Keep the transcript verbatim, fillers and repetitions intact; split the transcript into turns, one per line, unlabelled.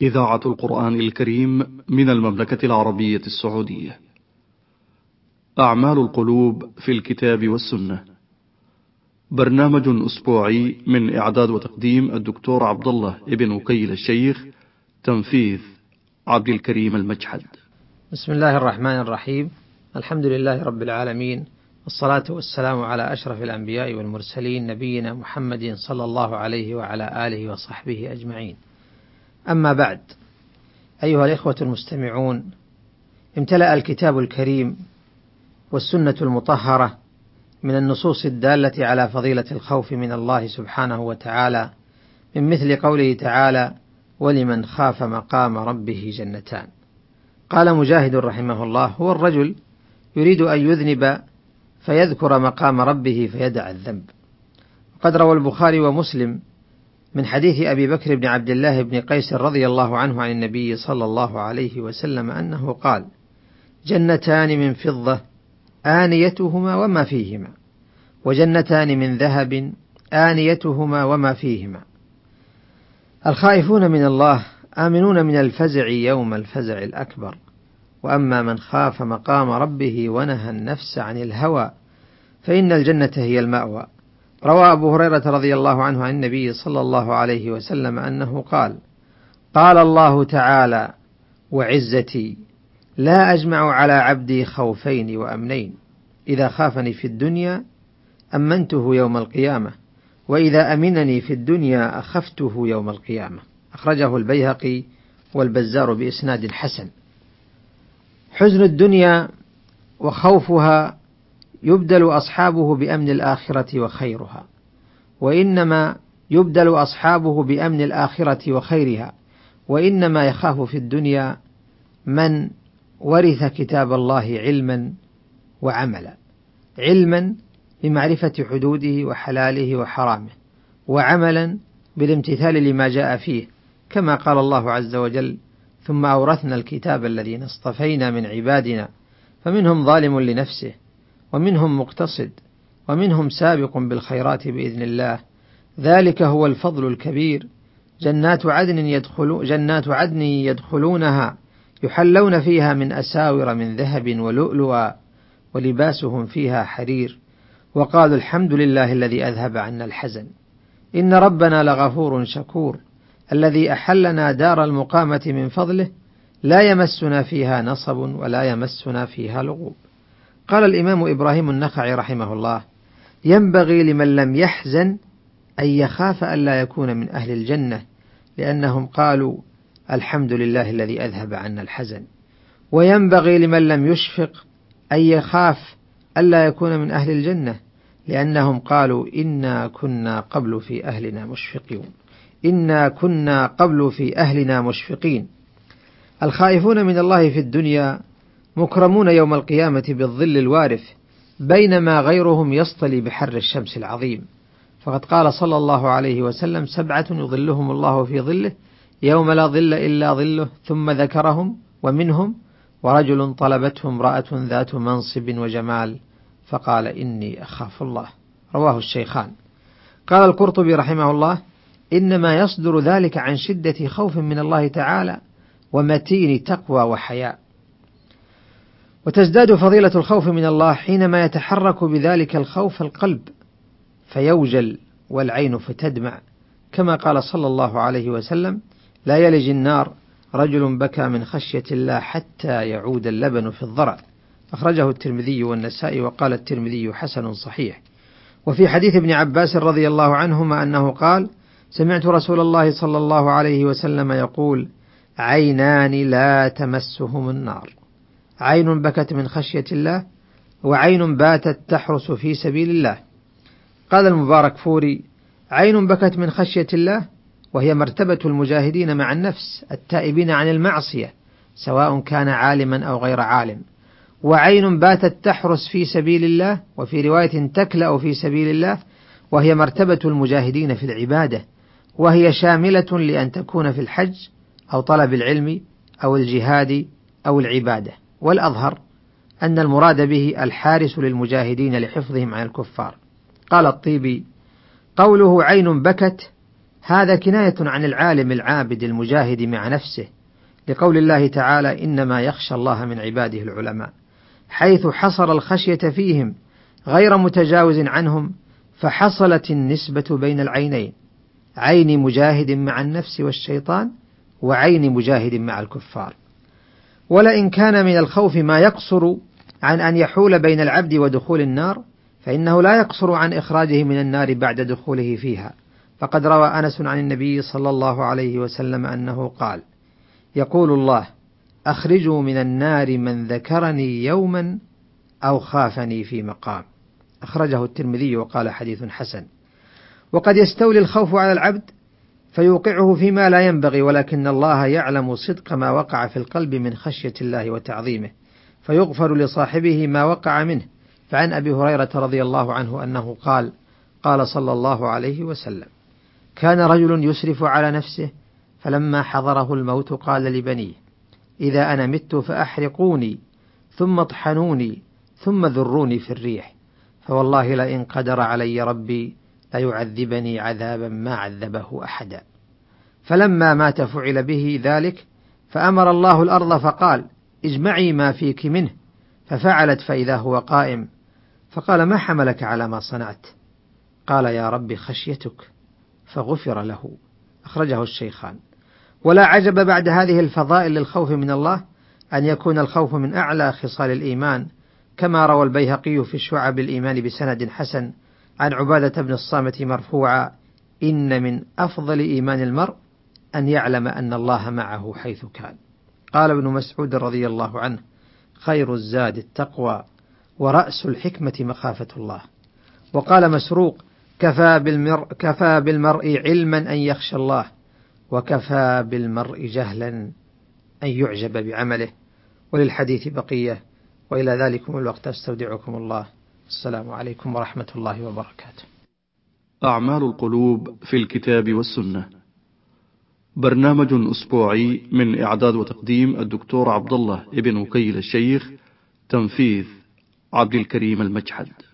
إذاعة القرآن الكريم من المملكة العربية السعودية. أعمال القلوب في الكتاب والسنة، برنامج أسبوعي من إعداد وتقديم الدكتور عبد الله ابن وكيل الشيخ، تنفيذ عبد الكريم المجحد.
بسم الله الرحمن الرحيم. الحمد لله رب العالمين، والصلاة والسلام على أشرف الأنبياء والمرسلين، نبينا محمد صلى الله عليه وعلى آله وصحبه أجمعين. أما بعد، أيها الإخوة المستمعون، امتلأ الكتاب الكريم والسنة المطهرة من النصوص الدالة على فضيلة الخوف من الله سبحانه وتعالى، من مثل قوله تعالى: ولمن خاف مقام ربه جنتان. قال مجاهد رحمه الله: هو الرجل يريد أن يذنب فيذكر مقام ربه فيدع الذنب. وقد روى البخاري ومسلم من حديث أبي بكر بن عبد الله بن قيس رضي الله عنه عن النبي صلى الله عليه وسلم أنه قال: جنتان من فضة آنيتهما وما فيهما، وجنتان من ذهب آنيتهما وما فيهما. الخائفون من الله آمنون من الفزع يوم الفزع الأكبر، وأما من خاف مقام ربه ونهى النفس عن الهوى فإن الجنة هي المأوى. روى أبو هريرة رضي الله عنه عن النبي صلى الله عليه وسلم أنه قال: قال الله تعالى: وعزتي لا أجمع على عبدي خوفين وأمنين، إذا خافني في الدنيا أمنته يوم القيامة، وإذا أمنني في الدنيا أخفته يوم القيامة. أخرجه البيهقي والبزار بإسناد حسن. حزن الدنيا وخوفها يبدل أصحابه بأمن الآخرة وخيرها، وإنما يبدل أصحابه بأمن الآخرة وخيرها، وإنما يخاف في الدنيا من ورث كتاب الله علما وعملا، علما بمعرفة حدوده وحلاله وحرامه، وعملا بالامتثال لما جاء فيه، كما قال الله عز وجل: ثم أورثنا الكتاب الذين اصطفينا من عبادنا فمنهم ظالم لنفسه ومنهم مقتصد ومنهم سابق بالخيرات بإذن الله، ذلك هو الفضل الكبير. جنات عدن يدخلون جنات عدن يدخلونها يحلون فيها من أساور من ذهب ولؤلؤا ولباسهم فيها حرير، وقالوا الحمد لله الذي أذهب عنا الحزن، إن ربنا لغفور شكور، الذي أحلنا دار المقامة من فضله، لا يمسنا فيها نصب ولا يمسنا فيها لغوب. قال الإمام إبراهيم النخعي رحمه الله: ينبغي لمن لم يحزن أن يخاف ألا يكون من أهل الجنة، لأنهم قالوا الحمد لله الذي أذهب عنا الحزن. وينبغي لمن لم يشفق أن يخاف ألا يكون من أهل الجنة، لأنهم قالوا إنا كنا قبل في أهلنا مشفقين إنا كنا قبل في أهلنا مشفقين. الخائفون من الله في الدنيا مكرمون يوم القيامة بالظل الوارف، بينما غيرهم يصطلي بحر الشمس العظيم. فقد قال صلى الله عليه وسلم: سبعة يظلهم الله في ظله يوم لا ظل إلا ظله، ثم ذكرهم: ومنهم ورجل طلبته امرأة ذات منصب وجمال فقال إني أخاف الله. رواه الشيخان. قال القرطبي رحمه الله: إنما يصدر ذلك عن شدة خوف من الله تعالى ومتين تقوى وحياء. وتزداد فضيلة الخوف من الله حينما يتحرك بذلك الخوف القلب فيوجل والعين فتدمع، كما قال صلى الله عليه وسلم: لا يلج النار رجل بكى من خشية الله حتى يعود اللبن في الضرع. أخرجه الترمذي والنسائي، وقال الترمذي حسن صحيح. وفي حديث ابن عباس رضي الله عنهما أنه قال: سمعت رسول الله صلى الله عليه وسلم يقول: عينان لا تمسهم النار، عين بكت من خشية الله، وعين باتت تحرس في سبيل الله. قال المبارك فوري: عين بكت من خشية الله، وهي مرتبة المجاهدين مع النفس التائبين عن المعصية سواء كان عالما أو غير عالم، وعين باتت تحرس في سبيل الله، وفي رواية تكلأ في سبيل الله، وهي مرتبة المجاهدين في العبادة، وهي شاملة لأن تكون في الحج أو طلب العلم أو الجهاد أو العبادة. والأظهر أن المراد به الحارس للمجاهدين لحفظهم عن الكفار. قال الطيبي: قوله عين بكت هذا كناية عن العالم العابد المجاهد مع نفسه، لقول الله تعالى: إنما يخشى الله من عباده العلماء، حيث حصر الخشية فيهم غير متجاوز عنهم، فحصلت النسبة بين العينين، عين مجاهد مع النفس والشيطان، وعين مجاهد مع الكفار. ولئن كان من الخوف ما يقصر عن أن يحول بين العبد ودخول النار، فإنه لا يقصر عن إخراجه من النار بعد دخوله فيها، فقد روى أنس عن النبي صلى الله عليه وسلم أنه قال: يقول الله: أخرجوا من النار من ذكرني يوما أو خافني في مقام. أخرجه الترمذي وقال: حديث حسن. وقد يستولي الخوف على العبد فيوقعه فيما لا ينبغي، ولكن الله يعلم صدق ما وقع في القلب من خشية الله وتعظيمه، فيغفر لصاحبه ما وقع منه. فعن أبي هريرة رضي الله عنه أنه قال: قال صلى الله عليه وسلم: كان رجل يسرف على نفسه، فلما حضره الموت قال لبنيه: إذا أنا مت فأحرقوني ثم اطحنوني ثم ذروني في الريح، فوالله لئن قدر علي ربي ليعذبني عذابا ما عذبه أحدا. فلما مات فعل به ذلك، فأمر الله الأرض فقال: اجمعي ما فيك منه، ففعلت فإذا هو قائم، فقال: ما حملك على ما صنعت؟ قال: يا رب خشيتك، فغفر له. أخرجه الشيخان. ولا عجب بعد هذه الفضائل للخوف من الله أن يكون الخوف من أعلى خصال الإيمان، كما روى البيهقي في شعب الإيمان بسند حسن عن عبادة بن الصامت مرفوعا: إن من أفضل إيمان المرء أن يعلم أن الله معه حيث كان. قال ابن مسعود رضي الله عنه: خير الزاد التقوى، ورأس الحكمة مخافة الله. وقال مسروق: كفى بالمرء, كفى بالمرء علما أن يخشى الله، وكفى بالمرء جهلا أن يعجب بعمله. وللحديث بقية، وإلى ذلكم الوقت أستودعكم الله. السلام عليكم ورحمة الله وبركاته.
أعمال القلوب في الكتاب والسنة، برنامج أسبوعي من إعداد وتقديم الدكتور عبد الله ابن وكيل الشيخ، تنفيذ عبد الكريم المجحد.